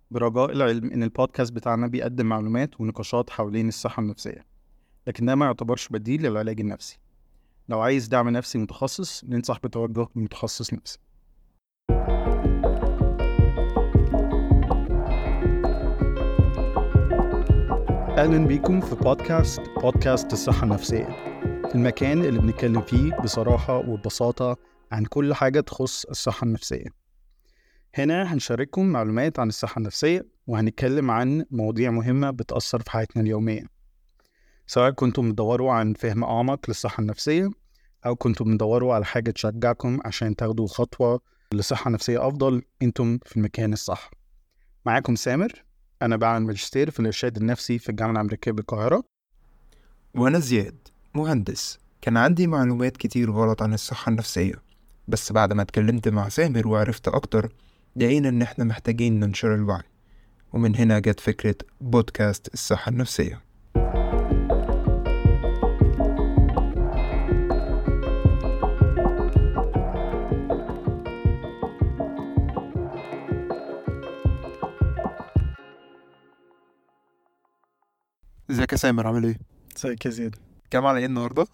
برجاء العلم إن البودكاست بتاعنا بيقدم معلومات ونقاشات حوالين الصحة النفسية، لكن ده ما يعتبرش بديل للعلاج النفسي. لو عايز دعم نفسي متخصص ننصح بتوجه لمتخصص نفسي. أهلا بيكم في بودكاست الصحة النفسية، المكان اللي بنتكلم فيه بصراحة وببساطة عن كل حاجة تخص الصحة النفسية. هنا هنشارككم معلومات عن الصحة النفسية وهنتكلم عن مواضيع مهمة بتأثر في حياتنا اليومية، سواء كنتم بتدوروا عن فهم أعمق للصحة النفسية أو كنتم بتدوروا على حاجة تشجعكم عشان تاخدوا خطوة لصحة نفسية أفضل. أنتم في المكان الصح. معاكم سامر، أنا بعمل ماجستير في الإرشاد النفسي في الجامعة الأمريكية بالقاهرة. وأنا زياد، مهندس. كان عندي معلومات كتير غلط عن الصحة النفسية، بس بعد ما اتكلمت مع سامر وعرفت أكتر لقينا إن إحنا محتاجين ننشر الوعي، ومن هنا جت فكرة بودكاست الصحة النفسية. ازيك يا سامر، عامل ايه؟ ازيك يا زياد؟ كلام على ايه النهاردة؟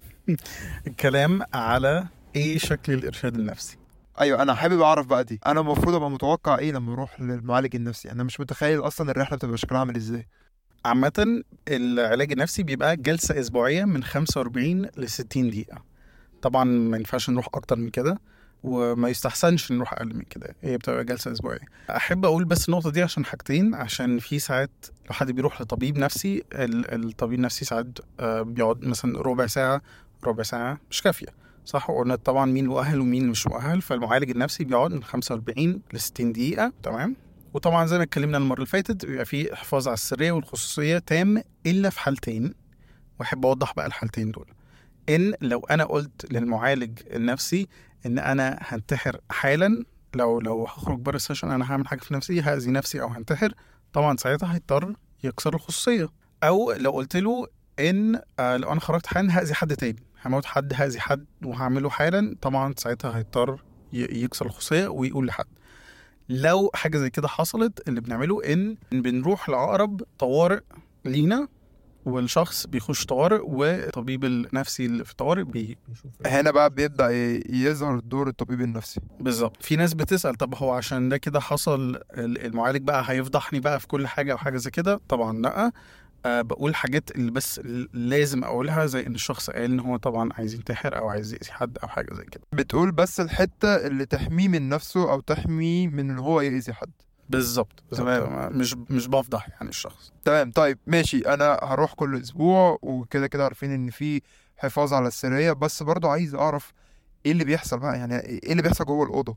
الكلام على ايه شكل الارشاد النفسي. ايوه، انا حابب اعرف بقى دي انا المفروض ابقى متوقع ايه لما اروح للمعالج النفسي. انا مش متخيل اصلا الرحلة بتبقى شكلها عامل ازاي. عامة العلاج النفسي بيبقى جلسة اسبوعية من 45 ل 60 دقيقة. طبعا ما ينفعش نروح اكتر من كده، وما يستحسنش نروح اقل من كده. هي بتبقى جلسة اسبوعية. احب اقول بس النقطة دي عشان حاجتين، عشان في ساعات لو حد بيروح لطبيب نفسي، الطبيب النفسي ساعات بيقعد مثلا ربع ساعة مش كافية، صح؟ وقلنا طبعا مين مؤهل ومين مش مؤهل. فالمعالج النفسي بيقعد من 45 ل 60 دقيقة، تمام؟ وطبعا زي ما اتكلمنا المرة اللي فاتت بيبقى فيه حفاظ على السرية والخصوصية تام إلا في حالتين، واحب اوضح بقى الحالتين دول. ان لو انا قلت للمعالج النفسي ان انا هنتحر حالا، لو هخرج بره السيشن انا هعمل حاجه في نفسي، هاذي نفسي او هنتحر، طبعا ساعتها هيضطر يكسر الخصوصيه. او لو قلت له ان لو انا خرجت حالا هاذي حد تاني، هموت حد، هاذي حد وهعمله حالا، طبعا ساعتها هيضطر يكسر الخصوصيه ويقول لحد. لو حاجه زي كده حصلت، اللي بنعمله ان بنروح لأقرب طوارئ لينا، والشخص بيخش طوارئ، وطبيب النفسي اللي في طوارئ بيشوف. هنا بقى بيبدأ يظهر دور الطبيب النفسي. بالظبط. في ناس بتسأل طب هو عشان ده كده حصل المعالج بقى هيفضحني بقى في كل حاجة أو حاجة زي كده؟ طبعا لأ. بقول حاجات اللي بس لازم أقولها، زي إن الشخص قال إن هو طبعا عايز ينتحر أو عايز يأذي حد أو حاجة زي كده. بتقول بس الحتة اللي تحميه من نفسه أو تحميه من إن هو يأذي حد. بالظبط. تمام. مش بفضح يعني الشخص. تمام، طيب ماشي. أنا هروح كل أسبوع وكده كده عارفين إن في حفاظ على السرية، بس برضو عايز أعرف إيه اللي بيحصل بقى، يعني إيه اللي بيحصل جوه الأوضة.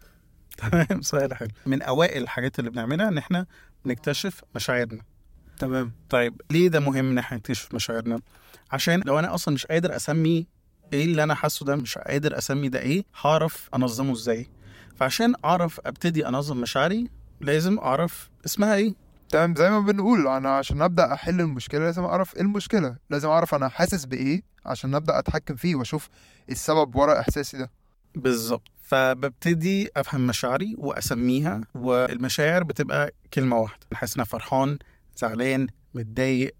تمام، سؤال حلو. من أوائل الحاجات اللي بنعملها إن إحنا نكتشف مشاعرنا. تمام. طيب ليه ده مهم ان احنا نكتشف مشاعرنا؟ عشان لو انا اصلا مش قادر اسمي ايه اللي انا حاسه ده، مش قادر اسمي ده ايه، هعرف انظمه ازاي؟ فعشان اعرف ابتدي انظم مشاعري لازم اعرف اسمها ايه. تمام، زي ما بنقول أنا عشان أبدأ أحل المشكلة لازم أعرف إيه المشكلة، لازم أعرف أنا حاسس بإيه عشان أبدأ أتحكم فيه وأشوف السبب وراء إحساسي ده. بالظبط. فببتدي افهم مشاعري واسميها، والمشاعر بتبقى كلمة واحدة، حاسس ان أنا فرحان، زعلان، متضايق،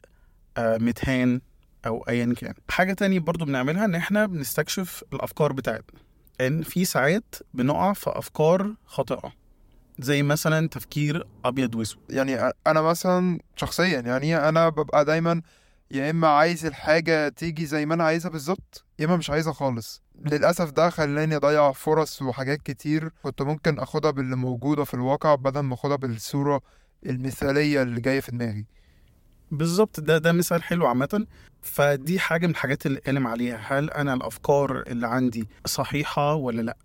متهان، او ايا كان. حاجة تانية برضو بنعملها ان احنا بنستكشف الافكار بتاعتنا، ان في ساعات بنقع في افكار خاطئة، زي مثلا تفكير ابيض واسود. يعني أنا مثلا شخصيا، يعني أنا ببقى دايما يا إما عايز الحاجة تيجي زي ما أنا عايزها بالظبط، يا إما مش عايزها خالص. للأسف ده خلاني أضيع فرص وحاجات كتير كنت ممكن أخدها باللي موجودة في الواقع بدل ما أخدها بالصورة المثالية اللي جاية في دماغي. بالظبط. ده مثال حلو عامة. فدي حاجة من الحاجات اللي قالم عليها، هل انا الافكار اللي عندي صحيحة ولا لا؟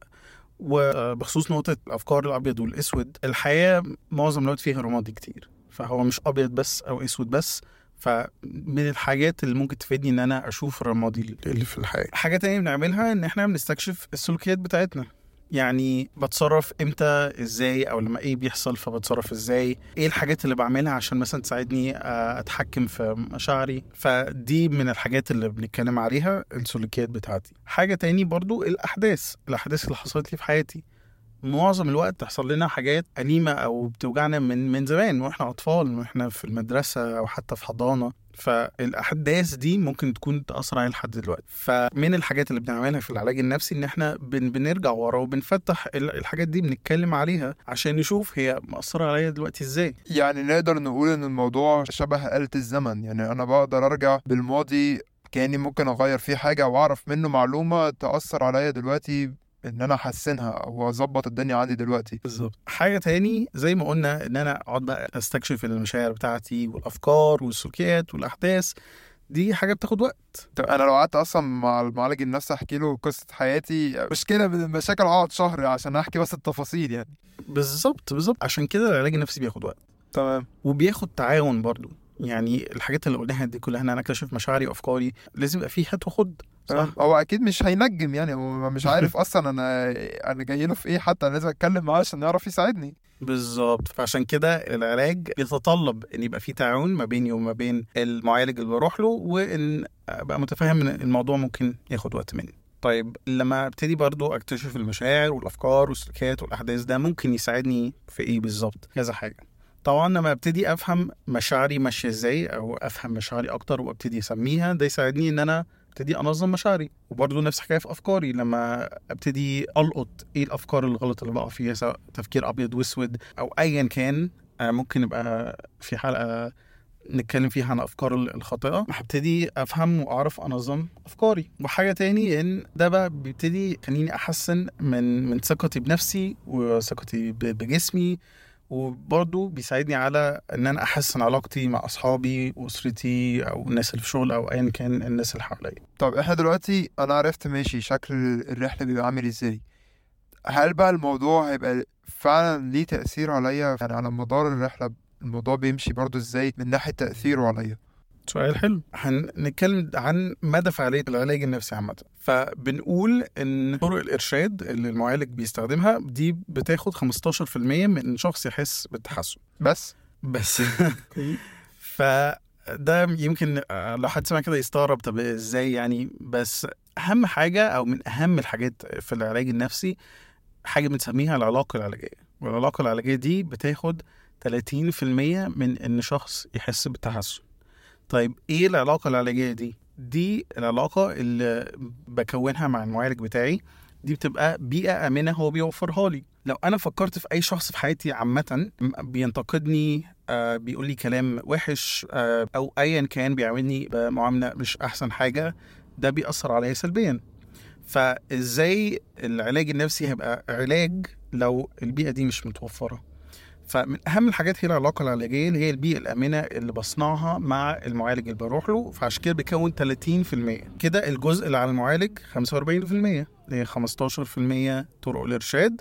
وبخصوص نقطة الافكار الابيض والاسود، الحياة معظم الوقت فيها رمادي كتير، فهو مش ابيض بس او اسود بس. فمن الحاجات اللي ممكن تفيدني ان انا اشوف الرمادي اللي في الحياة. حاجة تانية بنعملها ان احنا بنستكشف السلوكيات بتاعتنا، يعني بتصرف امتى، ازاي، او لما ايه بيحصل فبتصرف ازاي، ايه الحاجات اللي بعملها عشان مثلا تساعدني اتحكم في مشاعري. فدي من الحاجات اللي بنتكلم عليها، السلوكيات بتاعتي. حاجة تاني برضو الاحداث اللي حصلت لي في حياتي، معظم الوقت تحصل لنا حاجات أليمة أو بتوجعنا من زمان وإحنا أطفال وإحنا في المدرسة أو حتى في حضانة. فالأحداث دي ممكن تكون تأثر علينا لحد دلوقتي. فمن الحاجات اللي بنعملها في العلاج النفسي إن إحنا بنرجع ورا وبنفتح الحاجات دي، بنتكلم عليها عشان نشوف هي مأثرة عليا دلوقتي إزاي. يعني نقدر نقول ان الموضوع شبه آلة الزمن، يعني انا بقدر ارجع بالماضي كأني ممكن اغير فيه حاجة واعرف منه معلومة تأثر عليا دلوقتي ان انا احسنها او اظبط الدنيا عندي دلوقتي. بالظبط. حاجة تاني زي ما قلنا ان انا اقعد بقى استكشف المشاعر بتاعتي والافكار والسلوكيات والاحداث، دي حاجة بتاخد وقت. طب انا لو قعدت اصلا مع المعالج النفسي احكي له قصة حياتي، مشكلة من المشاكل اقعد شهر عشان احكي بس التفاصيل يعني. بالظبط. عشان كده العلاج النفسي بياخد وقت. تمام. وبياخد تعاون برضو. يعني الحاجات اللي قلناها دي كلها ان انا اكتشف مشاعري وافكاري، لازم يبقى فيه هات وخد. صح. هو اكيد مش هينجم، يعني هو مش عارف اصلا انا جاي له في ايه، حتى انا لازم اتكلم معاه عشان يعرف يساعدني. بالظبط. فعشان كده العلاج بيتطلب ان يبقى فيه تعاون ما بيني وما بين المعالج اللي بروح له، وان ابقى متفاهم ان الموضوع ممكن ياخد وقت مني. طيب لما ابتدي برضو اكتشف المشاعر والافكار والسلوكيات والاحداث، ده ممكن يساعدني في ايه بالظبط؟ كذا حاجه. طبعا لما ابتدي افهم مشاعري ماشيه ازاي او افهم مشاعري اكتر وابتدي اسميها، ده يساعدني ان انا ابتدي انظم مشاعري. وبرضه نفس الحكايه في افكاري، لما ابتدي القط ايه الافكار الغلط اللي بقع فيها، سواء تفكير ابيض واسود او ايا كان. ممكن يبقى في حلقه نتكلم فيها عن افكار الخاطئه. هبتدي افهم واعرف انظم افكاري. وحاجه تاني ان ده بقى بيبتدي خليني احسن من ثقتي بنفسي وثقتي بجسمي، وبرضه بيساعدني على ان انا احسن علاقتي مع اصحابي واسرتي او الناس اللي في شغل او ايا كان الناس اللي حواليا. طب احنا دلوقتي انا عرفت ماشي شكل الرحله بيبقى عامل ازاي، هل بقى الموضوع هيبقى فعلا ليه تاثير عليا؟ يعني على مدار الرحله الموضوع بيمشي برضو ازاي من ناحيه تاثيره عليا؟ سؤال حلو. هنتكلم عن مدى فعالية العلاج النفسي عامة. فبنقول ان طرق الارشاد اللي المعالج بيستخدمها دي بتاخد 15% من شخص يحس بالتحسن بس فده يمكن لو حد سمع كده يستغرب، طب ازاي يعني؟ بس اهم حاجة او من اهم الحاجات في العلاج النفسي حاجة بنسميها العلاقة العلاجية. والعلاقة العلاجية دي بتاخد 30% من ان شخص يحس بالتحسن. طيب ايه العلاقة العلاجية دي؟ دي العلاقة اللي بكونها مع المعالج بتاعي، دي بتبقى بيئة آمنة هو بيوفرها لي. لو أنا فكرت في أي شخص في حياتي عامة بينتقدني، بيقول لي كلام وحش، أو أيا كان بيعاملني بمعاملة مش أحسن حاجة، ده بيأثر عليا سلبيا. فإزاي العلاج النفسي هيبقى علاج لو البيئة دي مش متوفرة؟ فمن أهم الحاجات هي العلاقة العلاجية اللي هي البيئة الآمنة اللي بصنعها مع المعالج اللي بروح له. فعشان كده بيكون 30%. كده الجزء اللي على المعالج 45%، اللي هي 15% طرق الإرشاد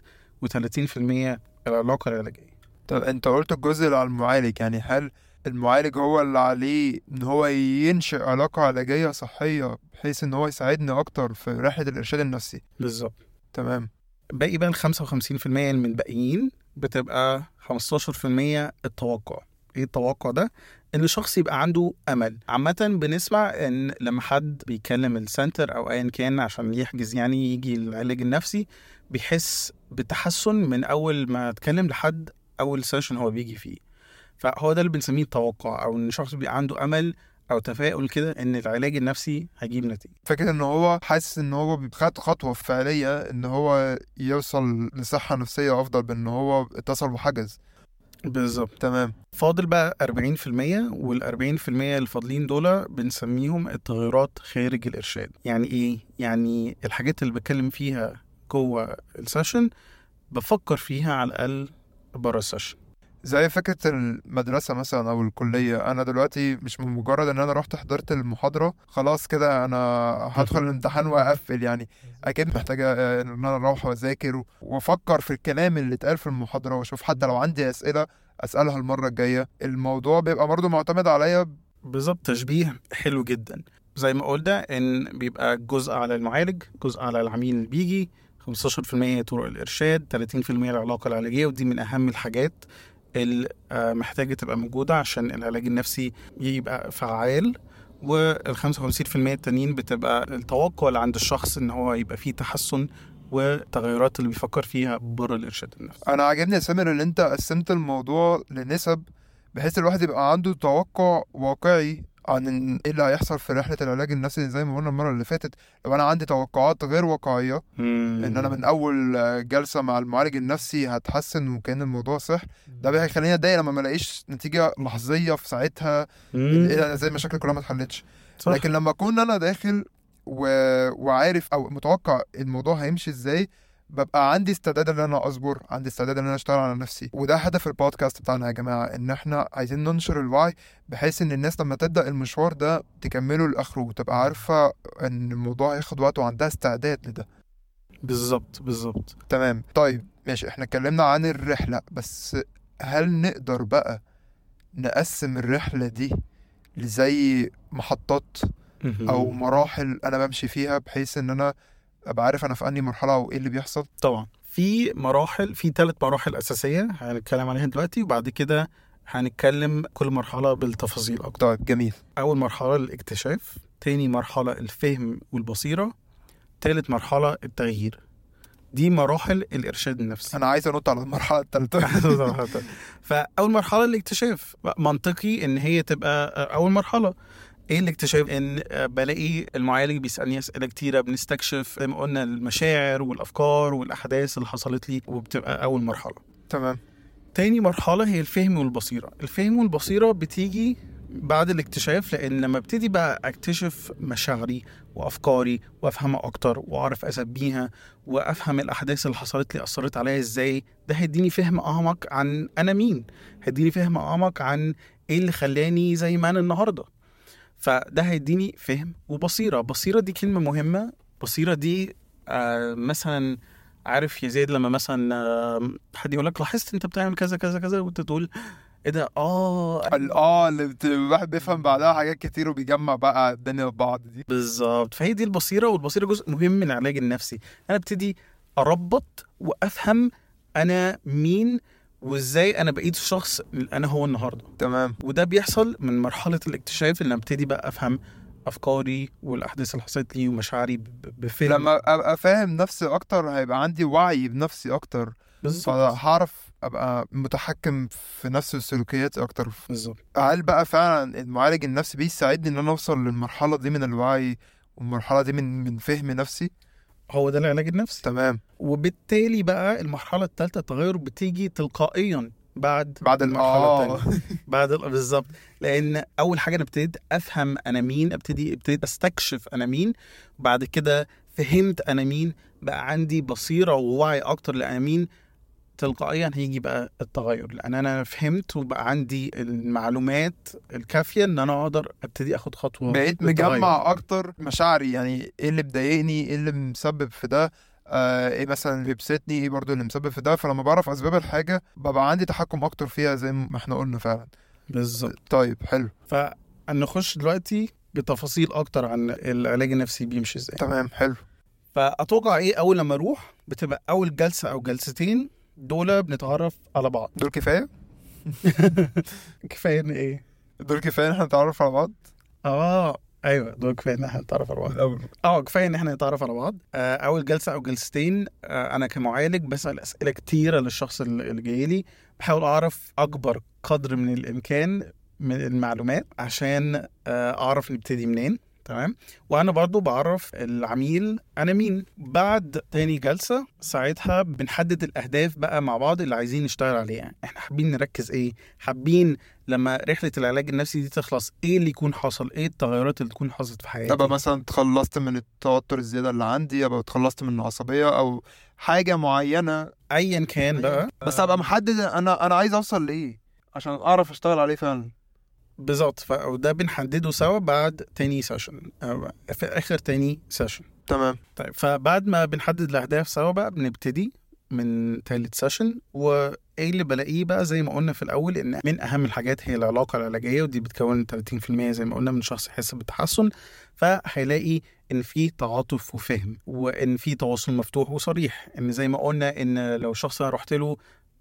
و30% العلاقة العلاجية. طب انت قلت الجزء اللي على المعالج، يعني هل المعالج هو اللي عليه ان هو ينشئ علاقة علاجية صحية بحيث ان هو يساعدني اكتر في رحلة الارشاد النفسي؟ بالظبط. تمام. باقي بقى 55% من الباقيين بتبقى 15% التوقع. ايه التوقع ده؟ ان الشخص يبقى عنده امل. عامه بنسمع ان لما حد بيكلم السنتر او ايا كان عشان يحجز يعني يجي العلاج النفسي، بيحس بتحسن من اول ما اتكلم لحد اول سيشن هو بيجي فيه. فهو ده اللي بنسميه التوقع، او ان الشخص بيبقى عنده امل او تفاؤل كده ان العلاج النفسي هيجيب نتيجه. فكرة ان هو حاسس ان هو خد خطوة فعلية ان هو يوصل لصحة نفسية افضل بان هو اتصل وحجز. بالظبط. تمام. فاضل بقى 40%، وال40% الفاضلين دول بنسميهم التغيرات خارج الإرشاد. يعني إيه؟ يعني الحاجات اللي بتكلم فيها جوه السيشن بفكر فيها على الأقل بره السيشن. زي فكرة المدرسة مثلا أو الكلية، أنا دلوقتي مش من مجرد إن أنا رحت حضرت المحاضرة خلاص كده أنا هدخل الامتحان وأقفل. يعني أكيد محتاجة إن أنا أروح وأذاكر وأفكر في الكلام اللي اتقال في المحاضرة، وأشوف حتى لو عندي أسئلة أسألها المرة الجاية. الموضوع بيبقى برضه معتمد عليا. بالظبط. تشبيه حلو جدا. زي ما قلنا إن بيبقى جزء على المعالج، جزء على العميل اللي بيجي، 15% طرق الإرشاد، 30% العلاقة العلاجية. ودي من أهم الحاجات اللي محتاجة تبقى موجودة عشان العلاج النفسي يبقى فعال. وال55% التانيين بتبقى التوقع اللي عند الشخص ان هو يبقى فيه تحسن والتغيرات اللي بيفكر فيها بره الإرشاد النفسي. انا عجبني يا سامر ان انت قسمت الموضوع لنسب، بحيث الواحد يبقى عنده توقع واقعي عن ايه اللي هيحصل في رحله العلاج النفسي. زي ما قلنا المره اللي فاتت، لو انا عندي توقعات غير واقعيه ان انا من اول جلسه مع المعالج النفسي هتحسن وكان الموضوع صح، ده هيخليني اتضايق لما ما الاقيش نتيجه لحظيه في ساعتها، زي المشاكل كلها ما اتحلتش. لكن لما اكون انا داخل وعارف او متوقع الموضوع هيمشي ازاي، ببقى عندي استعداد ان انا اصبر، عندي استعداد ان انا اشتغل على نفسي. وده هدف البودكاست بتاعنا يا جماعه، ان احنا عايزين ننشر الوعي بحيث ان الناس لما تبدا المشوار ده تكمله لاخره وتبقى عارفه ان الموضوع هياخد وقت وعندها استعداد لده. بالظبط. تمام. طيب ماشي، احنا اتكلمنا عن الرحله، بس هل نقدر بقى نقسم الرحله دي لزي محطات او مراحل انا بمشي فيها، بحيث ان انا ابقى عارف انا في انهي مرحله وايه اللي بيحصل؟ طبعا في مراحل، في 3 مراحل اساسيه هنتكلم عليها دلوقتي، وبعد كده هنتكلم كل مرحله بالتفاصيل اكتر. طيب جميل. اول مرحله الاكتشاف، تاني مرحله الفهم والبصيره، ثالث مرحله التغيير. دي مراحل الارشاد النفسي. انا عايز انط على المرحله الثالثه. فاول مرحله الاكتشاف، منطقي ان هي تبقى اول مرحله. ايه الاكتشاف؟ ان بلاقي المعالج بيسالني اسئله كتيره، بنستكشف زي ما قلنا المشاعر والافكار والاحداث اللي حصلت لي، وبتبقى اول مرحله. تمام. تاني مرحله هي الفهم والبصيره. الفهم والبصيره بتيجي بعد الاكتشاف، لان لما ابتدي بقى اكتشف مشاعري وافكاري وافهمها اكتر واعرف اسبيها وافهم الاحداث اللي حصلت لي اثرت عليا ازاي، ده هيديني فهم اعمق عن انا مين، هيديني فهم اعمق عن ايه اللي خلاني زي ما انا النهارده. فده هيديني فهم وبصيرة. بصيرة دي كلمة مهمة. بصيرة دي مثلا عارف يا زيد، لما مثلا حد يقول لك لاحظت انت بتعمل كذا كذا كذا، وانت تقول ايه ده؟ اللي الواحد بيفهم بعدها حاجات كتير وبيجمع بقى الدنيا ببعض دي. بالظبط. فهي دي البصيرة، والبصيرة جزء مهم من العلاج النفسي. انا ابتدي اربط وافهم انا مين وازاي انا بقيت الشخص اللي انا هو النهارده. تمام. وده بيحصل من مرحله الاكتشاف، اللي ابتدي بقى افهم افكاري والاحداث اللي حصلت لي ومشاعري بفهم. لما ابقى فاهم نفسي اكتر هيبقى عندي وعي بنفسي اكتر، فهعرف ابقى متحكم في نفسي وسلوكياتي اكتر. بالظبط. هل بقى فعلا المعالج النفسي بيساعدني ان انا اوصل للمرحله دي من الوعي والمرحله دي من فهم نفسي؟ هو ده العلاج النفسي. تمام. وبالتالي بقى المرحله الثالثه التغير بتيجي تلقائيا بعد المرحله الثانيه. بالظبط. لان اول حاجه انا ابتديت افهم انا مين، ابتديت استكشف انا مين، وبعد كده فهمت انا مين، بقى عندي بصيره ووعي اكتر لانا مين، تلقائيا هيجي بقى التغير، لان انا فهمت وبقى عندي المعلومات الكافيه ان انا اقدر ابتدي اخد خطوه. بقيت مجمع اكتر مشاعري، يعني ايه اللي بضايقني، ايه اللي مسبب في ده، ايه مثلا اللي بيبسطني، ايه برضو اللي مسبب في ده. فلما بعرف اسباب الحاجه ببقى عندي تحكم اكتر فيها زي ما احنا قلنا فعلا. بالظبط. طيب حلو. فنخش دلوقتي بتفاصيل اكتر عن العلاج النفسي بيمشي ازاي. تمام حلو. فاتوقع ايه اول لما اروح بتبقى اول جلسه او جلستين دول بنتعرف على بعض. دول كفايه؟ كفايه ان ايه؟ دول كفايه ان احنا نتعرف على بعض؟ ايوه دول كفايه ان احنا نتعرف على بعض. كفايه ان احنا نتعرف على بعض. اول جلسه او جلستين انا كمعالج بسال اسئله كتيره للشخص اللي جاي لي، بحاول اعرف اكبر قدر من الامكان من المعلومات عشان اعرف نبتدي منين. تمام. وانا برضو بعرف العميل انا مين. بعد تاني جلسة ساعتها بنحدد الاهداف بقى مع بعض اللي عايزين نشتغل عليها. احنا حابين نركز ايه، حابين لما رحلة العلاج النفسي دي تخلص ايه اللي يكون حصل، ايه التغيرات اللي تكون حصلت في حياتي. ابقى مثلا تخلصت من التوتر الزيادة اللي عندي، ابقى تخلصت من العصبية او حاجة معينة ايا كان بقى، بس ابقى محدد انا عايز اوصل لايه عشان اعرف اشتغل عليه فعلا. بالظبط. وده بنحدده سوا بعد تاني سيشن، في اخر تاني سيشن. تمام. طيب فبعد ما بنحدد الاهداف سوا بقى بنبتدي من تالت سيشن. وايه اللي بلاقيه بقى زي ما قلنا في الاول، ان من اهم الحاجات هي العلاقه العلاجيه، ودي بتكون 30% زي ما قلنا من شخص يحس بالتحسن. فهيلاقي ان في تعاطف وفهم، وان في تواصل مفتوح وصريح، ان زي ما قلنا ان لو شخص رحت له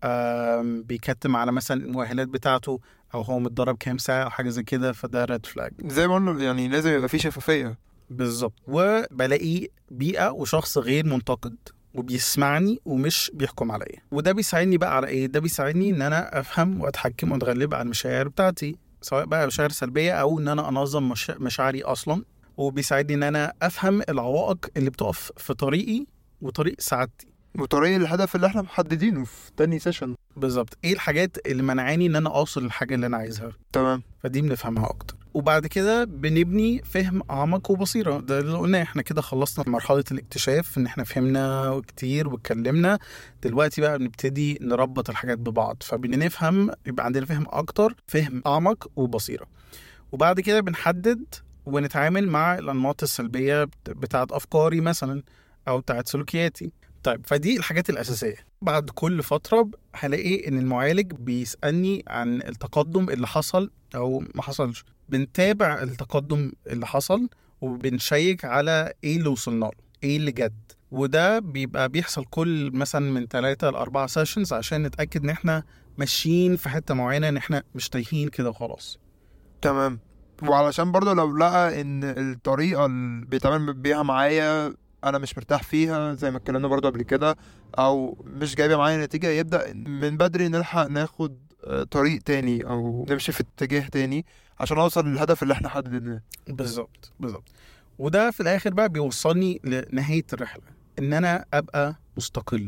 بيكتم على مثلا المؤهلات بتاعته او هو متدرب كام ساعه او حاجه زي كده، فده ريد فلاج زي ما قلنا. يعني لازم يبقى في شفافيه. بالظبط. وبلاقي بيئه وشخص غير منتقد، وبيسمعني ومش بيحكم عليا. وده بيساعدني بقى على ايه؟ ده بيساعدني ان انا افهم واتحكم واتغلب على المشاعر بتاعتي، سواء بقى مشاعر سلبية او ان انا انظم مشاعري اصلا. وبيساعدني ان انا افهم العوائق اللي بتقف في طريقي وطريق سعادتي وطريق الهدف اللي احنا محددينه في تاني سيشن. بالظبط، ايه الحاجات اللي منعاني ان انا اوصل للحاجة اللي انا عايزها. تمام. فدي بنفهمها اكتر، وبعد كده بنبني فهم اعمق وبصيرة. ده اللي قلنا، احنا كده خلصنا مرحلة الاكتشاف، ان احنا فهمنا كتير واتكلمنا. دلوقتي بقى بنبتدي نربط الحاجات ببعض، فبنفهم، يبقى عندنا فهم اكتر، فهم اعمق وبصيرة. وبعد كده بنحدد ونتعامل مع الانماط السلبية بتاعت افكاري مثلا او بتاعت سلوكياتي. طيب، فدي الحاجات الأساسية. بعد كل فترة هلاقي إن المعالج بيسألني عن التقدم اللي حصل أو ما حصلش. بنتابع التقدم اللي حصل وبنشيك على إيه اللي وصلنا له، إيه اللي جد. وده بيبقى بيحصل كل مثلا من 3 ل 4 سيشنز عشان نتأكد إن إحنا ماشيين في حتة معينة، إن إحنا مش تايهين كده وخلاص. تمام. وعلشان برضه لو لقى إن الطريقة اللي بيتعامل بيها معايا انا مش مرتاح فيها، زي ما اتكلمنا برضو قبل كده، او مش جايبه معايا نتيجه، يبدا من بدري نلحق ناخد طريق تاني او نمشي في اتجاه تاني عشان اوصل للهدف اللي احنا حددناه. بالظبط. وده في الاخر بقى بيوصلني لنهايه الرحله، ان انا ابقى مستقل.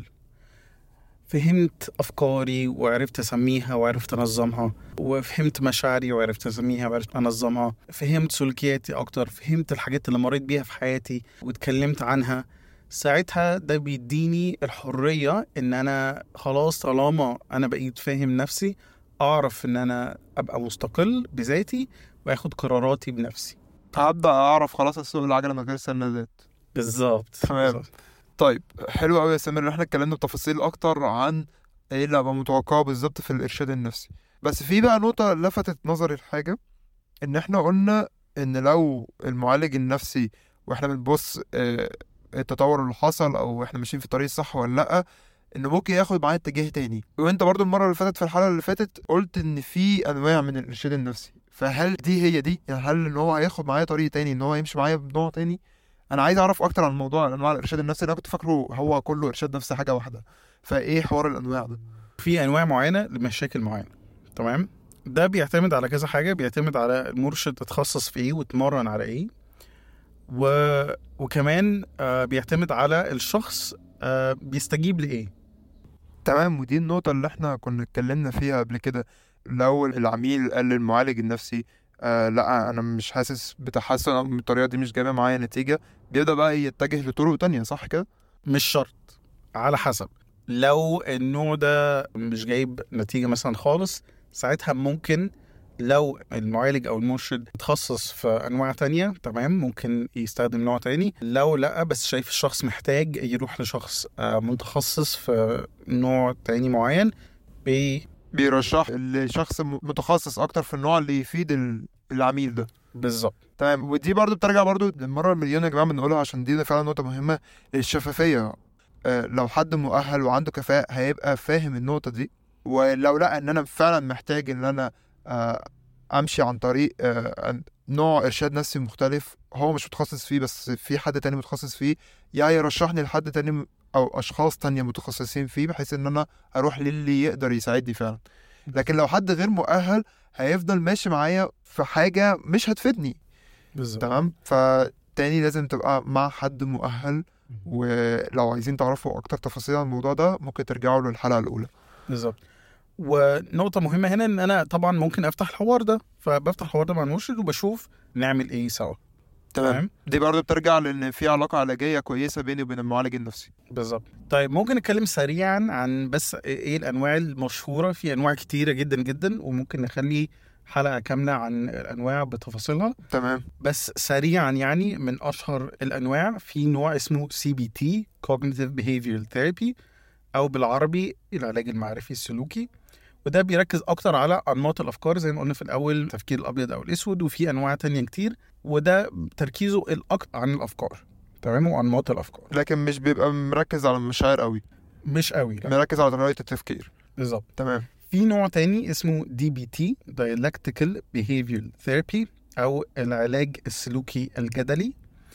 فهمت افكاري وعرفت اسميها وعرفت انظمها، وفهمت مشاعري وعرفت اسميها وعرفت انظمها، فهمت سلوكياتي اكتر، فهمت الحاجات اللي مريت بيها في حياتي واتكلمت عنها. ساعتها ده بيديني الحرية ان انا خلاص، طالما انا بقيت فاهم نفسي، اعرف ان انا ابقى مستقل بذاتي واخد قراراتي بنفسي. هبدأ اعرف خلاص اسوق العجلة من غير سندات. بالظبط. تمام. طيب، حلو قوي يا سامر ان احنا اتكلمنا بتفاصيل اكتر عن ايه اللي ابقى متوقعه بالظبط في الارشاد النفسي. بس في بقى نقطة لفتت نظري الحاجة، ان احنا قلنا ان لو المعالج النفسي واحنا بنبص التطور اللي حصل او احنا ماشيين في الطريق الصح ولا لا، انه ممكن ياخد معاه اتجاه تاني. وانت برضو المرة اللي فاتت في الحلقة اللي فاتت قلت ان في انواع من الارشاد النفسي، فهل دي هي دي؟ يعني هل ان هو هياخد معايا طريق تاني، ان هو يمشي معايا بنوع تاني؟ انا عايز اعرف اكتر عن موضوع انواع الارشاد النفسي. انا كنت فاكره هو كله ارشاد نفسي حاجة واحدة، فايه حوار الانواع ده؟ في انواع معينة لمشاكل معينة. تمام. ده بيعتمد على كذا حاجة، بيعتمد على المرشد اتخصص في ايه واتمرن على ايه، وكمان بيعتمد على الشخص بيستجيب لإيه. تمام. ودي النقطة اللي احنا كنا اتكلمنا فيها قبل كده. لو العميل قال للمعالج النفسي لا انا مش حاسس بتحسن او الطريقة دي مش جايبة معايا نتيجة، بيبدأ بقى يتجه لطرق تانية، صح كده؟ مش شرط، على حسب. لو النوع ده مش جايب نتيجة مثلا خالص، ساعتها ممكن لو المعالج او المرشد اتخصص في انواع تانية، تمام، ممكن يستخدم نوع تاني. لو لا بس شايف الشخص محتاج يروح لشخص متخصص في نوع تاني معين، بيرشح لشخص متخصص اكتر في النوع اللي يفيد العميل ده. بالظبط. تمام. ودي برضو بترجع برضو للمرة المليون يا جماعة بنقولها، عشان دي فعلا نقطة مهمة، الشفافية. لو حد مؤهل وعنده كفاءة هيبقى فاهم النقطة دي. ولو لقى ان انا فعلا محتاج ان انا امشي عن طريق نوع ارشاد نفسي مختلف هو مش متخصص فيه بس في حد تاني متخصص فيه، يا يرشحني لحد تاني او اشخاص تانية متخصصين فيه، بحيث ان انا اروح للي يقدر يساعدني فعلا. لكن لو حد غير مؤهل هيفضل ماشي معايا في حاجة مش هتفيدني. بالظبط. تمام. فتاني لازم تبقى مع حد مؤهل. ولو عايزين تعرفوا اكتر تفاصيل عن الموضوع ده ممكن ترجعوا للحلقة الاولى. بالظبط. ونقطة مهمة هنا ان انا طبعا ممكن افتح الحوار ده، فبفتح الحوار ده مع المرشد وبشوف نعمل ايه سوا. تمام. دي برضه بترجع لان في علاقة علاجية كويسة بيني وبين المعالج النفسي. بالظبط. طيب، ممكن نتكلم سريعا عن بس ايه الانواع المشهورة. في انواع كتيرة جدا جدا، وممكن نخلي حلقة كاملة عن الانواع بتفاصيلها. تمام. بس سريعا، يعني من اشهر الانواع في نوع اسمه CBT Cognitive Behavioral Therapy، او بالعربي العلاج المعرفي السلوكي. وده بيركز اكتر على انماط الافكار زي ما قلنا في الاول، التفكير الابيض او الاسود، وفي انواع تانية كتير، وده تركيزه الاكتر عن الافكار. تمام. وانماط الافكار، لكن مش بيبقى مركز على المشاعر قوي. مش قوي، لا. مركز على طريقة التفكير. بالظبط. تمام. في نوع تاني اسمه DBT Dialectical Behavioral Therapy، او العلاج السلوكي الجدلي.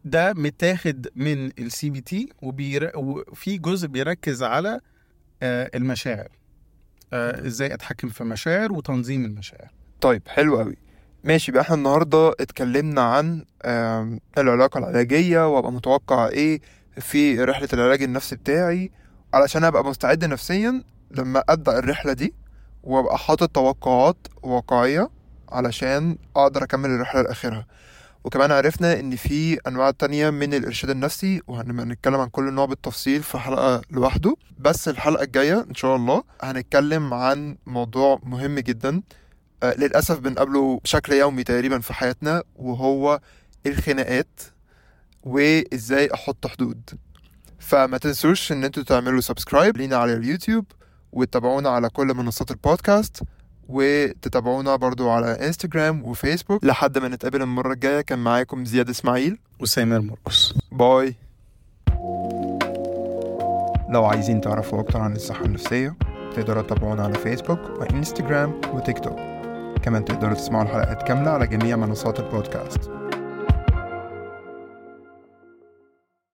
ده متاخد من CBT وفي جزء بيركز على المشاعر، ازاي اتحكم في مشاعر وتنظيم المشاعر. طيب حلو قوي، ماشي بقى. احنا النهاردة اتكلمنا عن العلاقة العلاجية وابقى متوقع ايه في رحلة العلاج النفسي بتاعي علشان ابقى مستعد نفسيا لما ابدأ الرحلة دي، وابقى حاطط توقعات واقعية علشان اقدر اكمل الرحلة لاخرها. وكمان عرفنا ان في انواع تانية من الارشاد النفسي، وهنبقى نتكلم عن كل نوع بالتفصيل في حلقة لوحده. بس الحلقة الجاية ان شاء الله هنتكلم عن موضوع مهم جدا للأسف بنقابله بشكل يومي تقريبا في حياتنا، وهو الخناقات وإزاي أحط حدود. فما تنسوش إن انتوا تعملوا سبسكرايب لينا على اليوتيوب، وتتابعونا على كل منصات البودكاست، وتتابعونا برضو على انستجرام وفيسبوك. لحد ما نتقابل المرة الجاية، كان معاكم زياد إسماعيل وسامر مرقس. باي. لو عايزين تعرفوا أكتر عن الصحة النفسية تقدروا تتابعونا على فيسبوك وإنستجرام وتيك توك. كمان تقدروا تسمعوا الحلقات كاملة على جميع منصات البودكاست.